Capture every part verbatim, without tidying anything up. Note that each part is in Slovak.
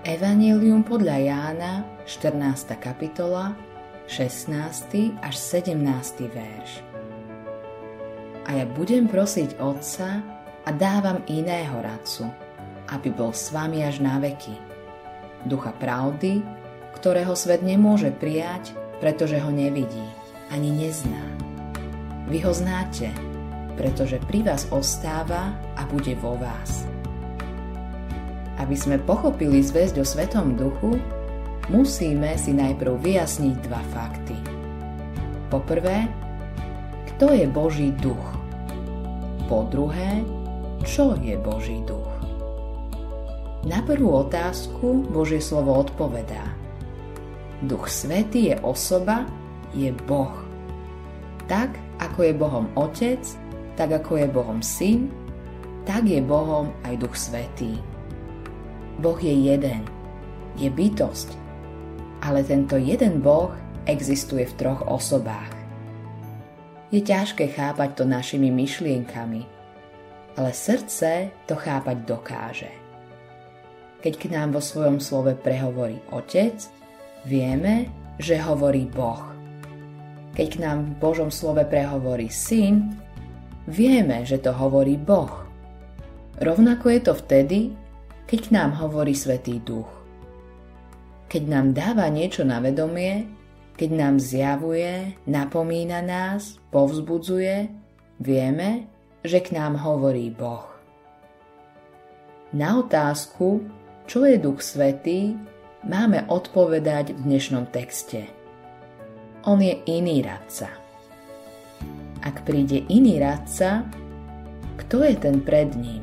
Evanjelium podľa Jána, štrnásta kapitola, šestnásty až sedemnásty verš. A ja budem prosiť Otca a dávam iného radcu, aby bol s vami až na veky. Ducha pravdy, ktorého svet nemôže prijať, pretože ho nevidí, ani nezná. Vy ho znáte, pretože pri vás ostáva a bude vo vás. Aby sme pochopili zvesť o Svetom Duchu, musíme si najprv vyjasniť dva fakty. Poprvé, kto je Boží duch? Po druhé, čo je Boží duch? Na prvú otázku Božie slovo odpovedá. Duch Svätý je osoba, je Boh. Tak, ako je Bohom Otec, tak ako je Bohom Syn, tak je Bohom aj Duch Svätý. Boh je jeden, je bytosť, ale tento jeden Boh existuje v troch osobách. Je ťažké chápať to našimi myšlienkami, ale srdce to chápať dokáže. Keď k nám vo svojom slove prehovorí Otec, vieme, že hovorí Boh. Keď k nám v Božom slove prehovorí Syn, vieme, že to hovorí Boh. Rovnako je to vtedy, keď k nám hovorí Svätý Duch. Keď nám dáva niečo na vedomie, keď nám zjavuje, napomína nás, povzbudzuje, vieme, že k nám hovorí Boh. Na otázku, čo je Duch Svätý, máme odpovedať v dnešnom texte. On je iný radca. Ak príde iný radca, kto je ten pred ním?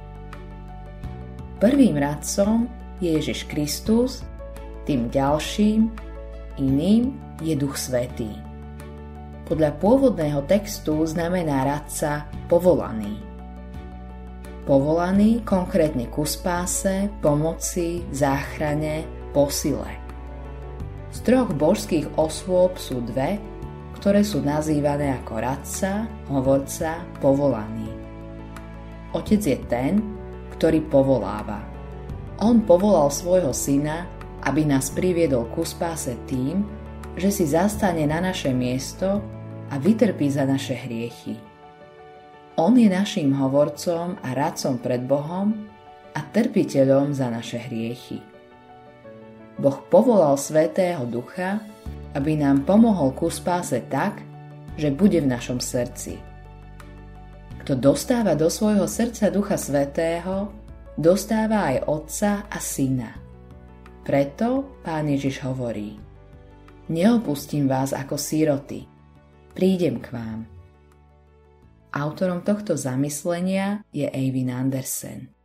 Prvým radcom je Ježiš Kristus, tým ďalším, iným je Duch Svätý. Podľa pôvodného textu znamená radca povolaný. Povolaný konkrétne ku spáse, pomoci, záchrane, posile. Z troch božských osôb sú dve, ktoré sú nazývané ako radca, hovorca, povolaný. Otec je ten, ktorý povoláva. On povolal svojho syna, aby nás priviedol ku spáse tým, že si zastane na naše miesto a vytrpí za naše hriechy. On je naším hovorcom a radcom pred Bohom a trpiteľom za naše hriechy. Boh povolal Svätého Ducha, aby nám pomohol ku spáse tak, že bude v našom srdci. Kto dostáva do svojho srdca Ducha Svätého, dostáva aj Otca a Syna. Preto Pán Ježiš hovorí: Neopustím vás ako síroty, prídem k vám. Autorom tohto zamyslenia je Eivind Andersen.